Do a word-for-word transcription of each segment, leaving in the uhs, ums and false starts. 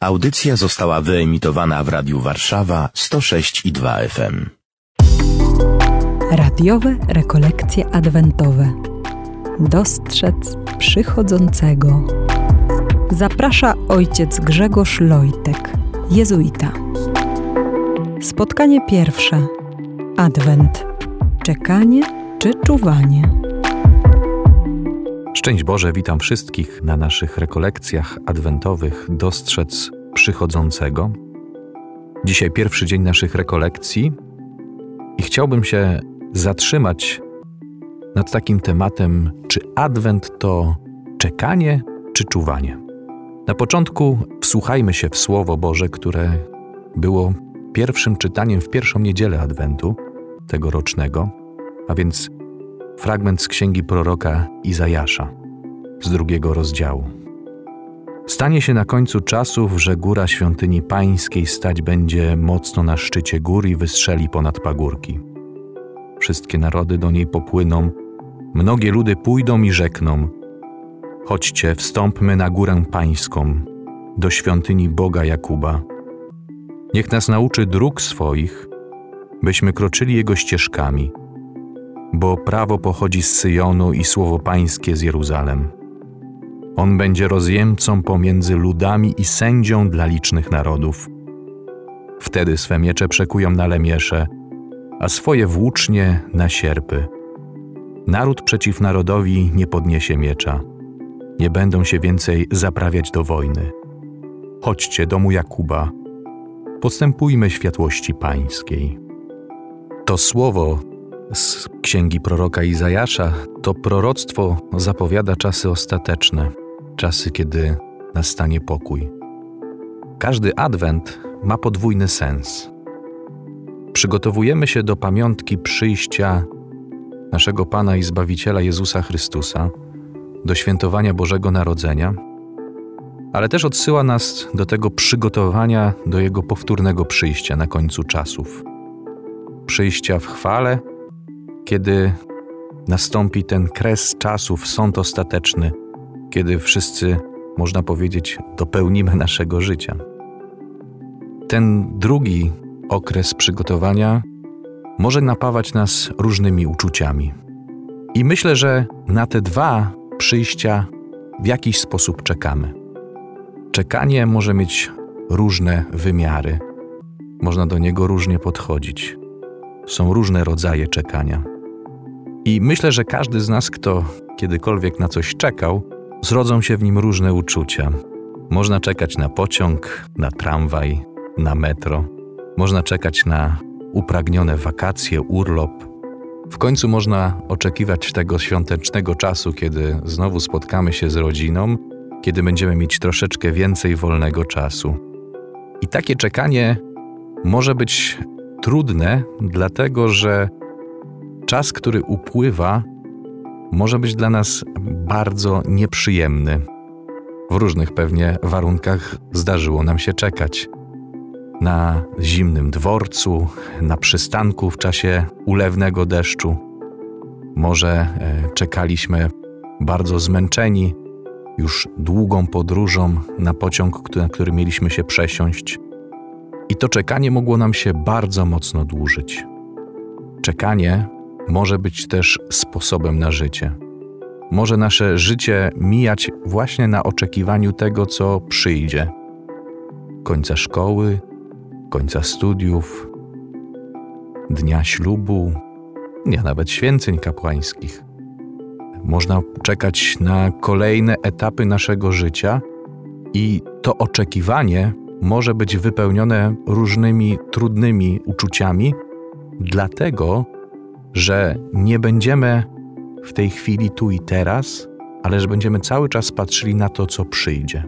Audycja została wyemitowana w Radiu Warszawa sto sześć i dwa F M. Radiowe rekolekcje adwentowe. Dostrzec przychodzącego. Zaprasza ojciec Grzegorz Lojtek, jezuita. Spotkanie pierwsze. Adwent. Czekanie czy czuwanie? Szczęść Boże, witam wszystkich na naszych rekolekcjach adwentowych Dostrzec przychodzącego. Dzisiaj pierwszy dzień naszych rekolekcji i chciałbym się zatrzymać nad takim tematem, czy Adwent to czekanie czy czuwanie. Na początku wsłuchajmy się w Słowo Boże, które było pierwszym czytaniem w pierwszą niedzielę Adwentu tegorocznego, a więc fragment z księgi proroka Izajasza z drugiego rozdziału. Stanie się na końcu czasów, że góra świątyni pańskiej stać będzie mocno na szczycie gór i wystrzeli ponad pagórki. Wszystkie narody do niej popłyną, mnogie ludy pójdą i rzekną: chodźcie, wstąpmy na górę pańską, do świątyni Boga Jakuba. Niech nas nauczy dróg swoich, byśmy kroczyli jego ścieżkami, bo prawo pochodzi z Syjonu i słowo pańskie z Jeruzalem. On będzie rozjemcą pomiędzy ludami i sędzią dla licznych narodów. Wtedy swe miecze przekują na lemiesze, a swoje włócznie na sierpy. Naród przeciw narodowi nie podniesie miecza. Nie będą się więcej zaprawiać do wojny. Chodźcie, domu Jakuba, podstępujmy światłości pańskiej. To słowo z księgi proroka Izajasza, to proroctwo zapowiada czasy ostateczne, czasy, kiedy nastanie pokój. Każdy adwent ma podwójny sens. Przygotowujemy się do pamiątki przyjścia naszego Pana i Zbawiciela Jezusa Chrystusa, do świętowania Bożego Narodzenia, ale też odsyła nas do tego przygotowania do Jego powtórnego przyjścia na końcu czasów. Przyjścia w chwale, kiedy nastąpi ten kres czasów, sąd ostateczny, kiedy wszyscy, można powiedzieć, dopełnimy naszego życia. Ten drugi okres przygotowania może napawać nas różnymi uczuciami. I myślę, że na te dwa przyjścia w jakiś sposób czekamy. Czekanie może mieć różne wymiary. Można do niego różnie podchodzić. Są różne rodzaje czekania. I myślę, że każdy z nas, kto kiedykolwiek na coś czekał, zrodzą się w nim różne uczucia. Można czekać na pociąg, na tramwaj, na metro. Można czekać na upragnione wakacje, urlop. W końcu można oczekiwać tego świątecznego czasu, kiedy znowu spotkamy się z rodziną, kiedy będziemy mieć troszeczkę więcej wolnego czasu. I takie czekanie może być trudne, dlatego że czas, który upływa, może być dla nas bardzo nieprzyjemny. W różnych pewnie warunkach zdarzyło nam się czekać. Na zimnym dworcu, na przystanku w czasie ulewnego deszczu. Może e, czekaliśmy bardzo zmęczeni, już długą podróżą na pociąg, na który mieliśmy się przesiąść. I to czekanie mogło nam się bardzo mocno dłużyć. Czekanie może być też sposobem na życie. Może nasze życie mijać właśnie na oczekiwaniu tego, co przyjdzie. Końca szkoły, końca studiów, dnia ślubu, nie nawet święceń kapłańskich. Można czekać na kolejne etapy naszego życia i to oczekiwanie może być wypełnione różnymi trudnymi uczuciami, dlatego, że nie będziemy w tej chwili tu i teraz, ale że będziemy cały czas patrzyli na to, co przyjdzie.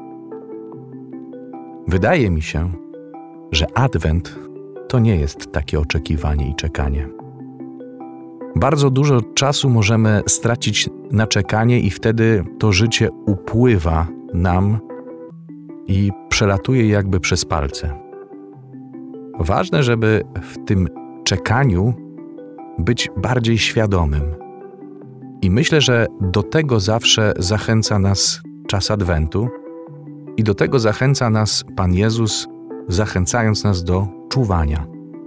Wydaje mi się, że Adwent to nie jest takie oczekiwanie i czekanie. Bardzo dużo czasu możemy stracić na czekanie i wtedy to życie upływa nam i przelatuje jakby przez palce. Ważne, żeby w tym czekaniu być bardziej świadomym. I myślę, że do tego zawsze zachęca nas czas Adwentu, I do tego zachęca nas Pan Jezus, zachęcając nas do czuwania.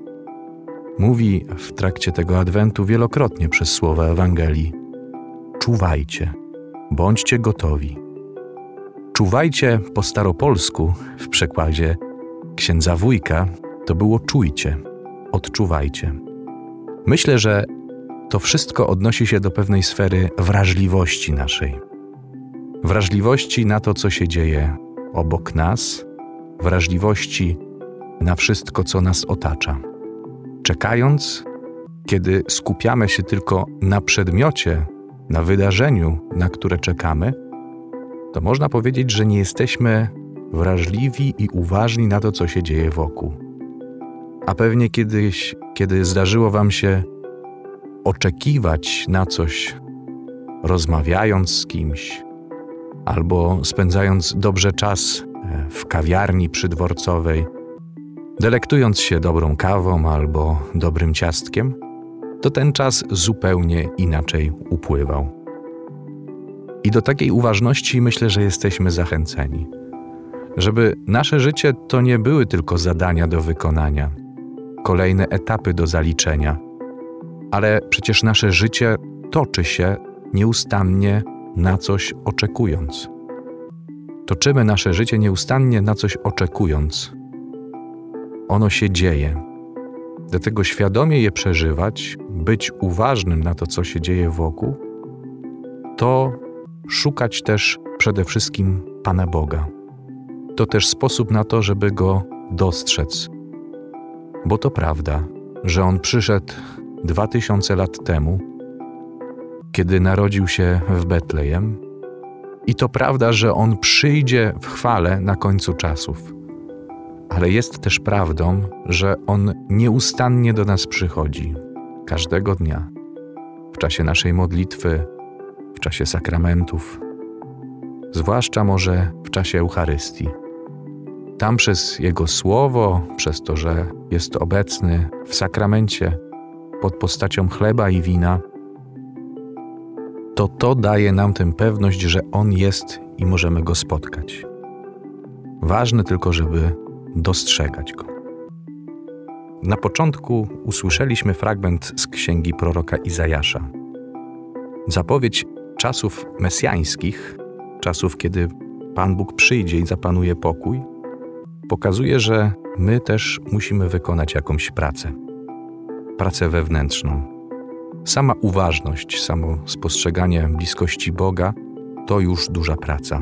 Mówi w trakcie tego Adwentu wielokrotnie przez słowa Ewangelii: czuwajcie, bądźcie gotowi. Czuwajcie po staropolsku w przekładzie księdza Wójka to było czujcie, odczuwajcie. Myślę, że to wszystko odnosi się do pewnej sfery wrażliwości naszej. Wrażliwości na to, co się dzieje obok nas, wrażliwości na wszystko, co nas otacza. Czekając, kiedy skupiamy się tylko na przedmiocie, na wydarzeniu, na które czekamy, to można powiedzieć, że nie jesteśmy wrażliwi i uważni na to, co się dzieje wokół. A pewnie kiedyś, kiedy zdarzyło wam się oczekiwać na coś, rozmawiając z kimś, albo spędzając dobrze czas w kawiarni przydworcowej, delektując się dobrą kawą albo dobrym ciastkiem, to ten czas zupełnie inaczej upływał. I do takiej uważności myślę, że jesteśmy zachęceni. Żeby nasze życie to nie były tylko zadania do wykonania, kolejne etapy do zaliczenia, ale przecież nasze życie toczy się nieustannie na coś oczekując. Toczymy nasze życie nieustannie na coś oczekując. Ono się dzieje. Dlatego świadomie je przeżywać, być uważnym na to, co się dzieje wokół, to szukać też przede wszystkim Pana Boga. To też sposób na to, żeby Go dostrzec. Bo to prawda, że On przyszedł dwa tysiące lat temu, kiedy narodził się w Betlejem, i to prawda, że On przyjdzie w chwale na końcu czasów. Ale jest też prawdą, że On nieustannie do nas przychodzi, każdego dnia, w czasie naszej modlitwy, w czasie sakramentów, zwłaszcza może w czasie Eucharystii. Tam przez Jego Słowo, przez to, że jest obecny w sakramencie pod postacią chleba i wina, to to daje nam tę pewność, że On jest i możemy Go spotkać. Ważne tylko, żeby dostrzegać Go. Na początku usłyszeliśmy fragment z księgi proroka Izajasza. Zapowiedź czasów mesjańskich, czasów, kiedy Pan Bóg przyjdzie i zapanuje pokój, pokazuje, że my też musimy wykonać jakąś pracę. Pracę wewnętrzną. Sama uważność, samo spostrzeganie bliskości Boga to już duża praca.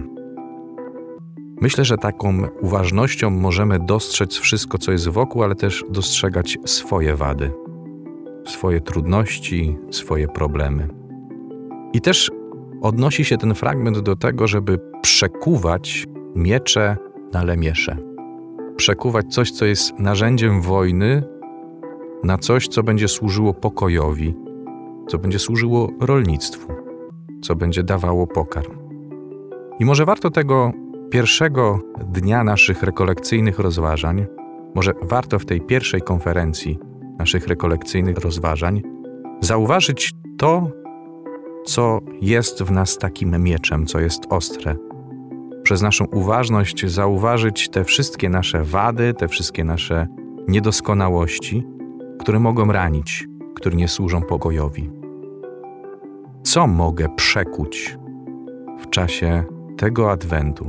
Myślę, że taką uważnością możemy dostrzec wszystko, co jest wokół, ale też dostrzegać swoje wady, swoje trudności, swoje problemy. I też odnosi się ten fragment do tego, żeby przekuwać miecze na lemiesze. Przekuwać coś, co jest narzędziem wojny, na coś, co będzie służyło pokojowi, co będzie służyło rolnictwu, co będzie dawało pokarm. I może warto tego pierwszego dnia naszych rekolekcyjnych rozważań, może warto w tej pierwszej konferencji naszych rekolekcyjnych rozważań zauważyć to, co jest w nas takim mieczem, co jest ostre. Przez naszą uważność zauważyć te wszystkie nasze wady, te wszystkie nasze niedoskonałości, które mogą ranić, które nie służą pokojowi. Co mogę przekuć w czasie tego Adwentu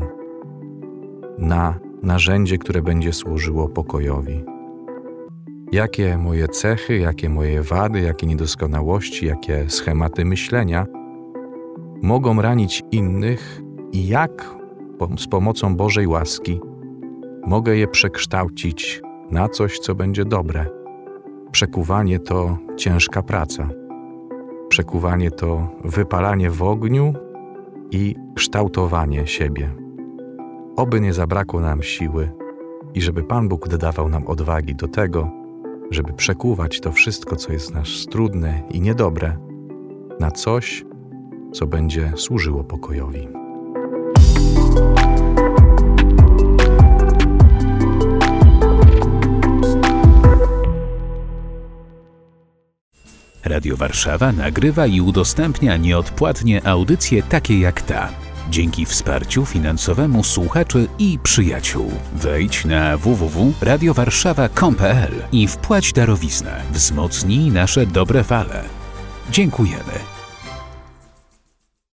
na narzędzie, które będzie służyło pokojowi? Jakie moje cechy, jakie moje wady, jakie niedoskonałości, jakie schematy myślenia mogą ranić innych i jak z pomocą Bożej łaski mogę je przekształcić na coś, co będzie dobre? Przekuwanie to ciężka praca. Przekuwanie to wypalanie w ogniu i kształtowanie siebie. Oby nie zabrakło nam siły i żeby Pan Bóg dodawał nam odwagi do tego, żeby przekuwać to wszystko, co jest nas trudne i niedobre, na coś, co będzie służyło pokojowi. Radio Warszawa nagrywa i udostępnia nieodpłatnie audycje takie jak ta. dzięki wsparciu finansowemu słuchaczy i przyjaciół. Wejdź na w w w kropka radio warszawa kropka com kropka p l i wpłać darowiznę. Wzmocnij nasze dobre fale. Dziękujemy.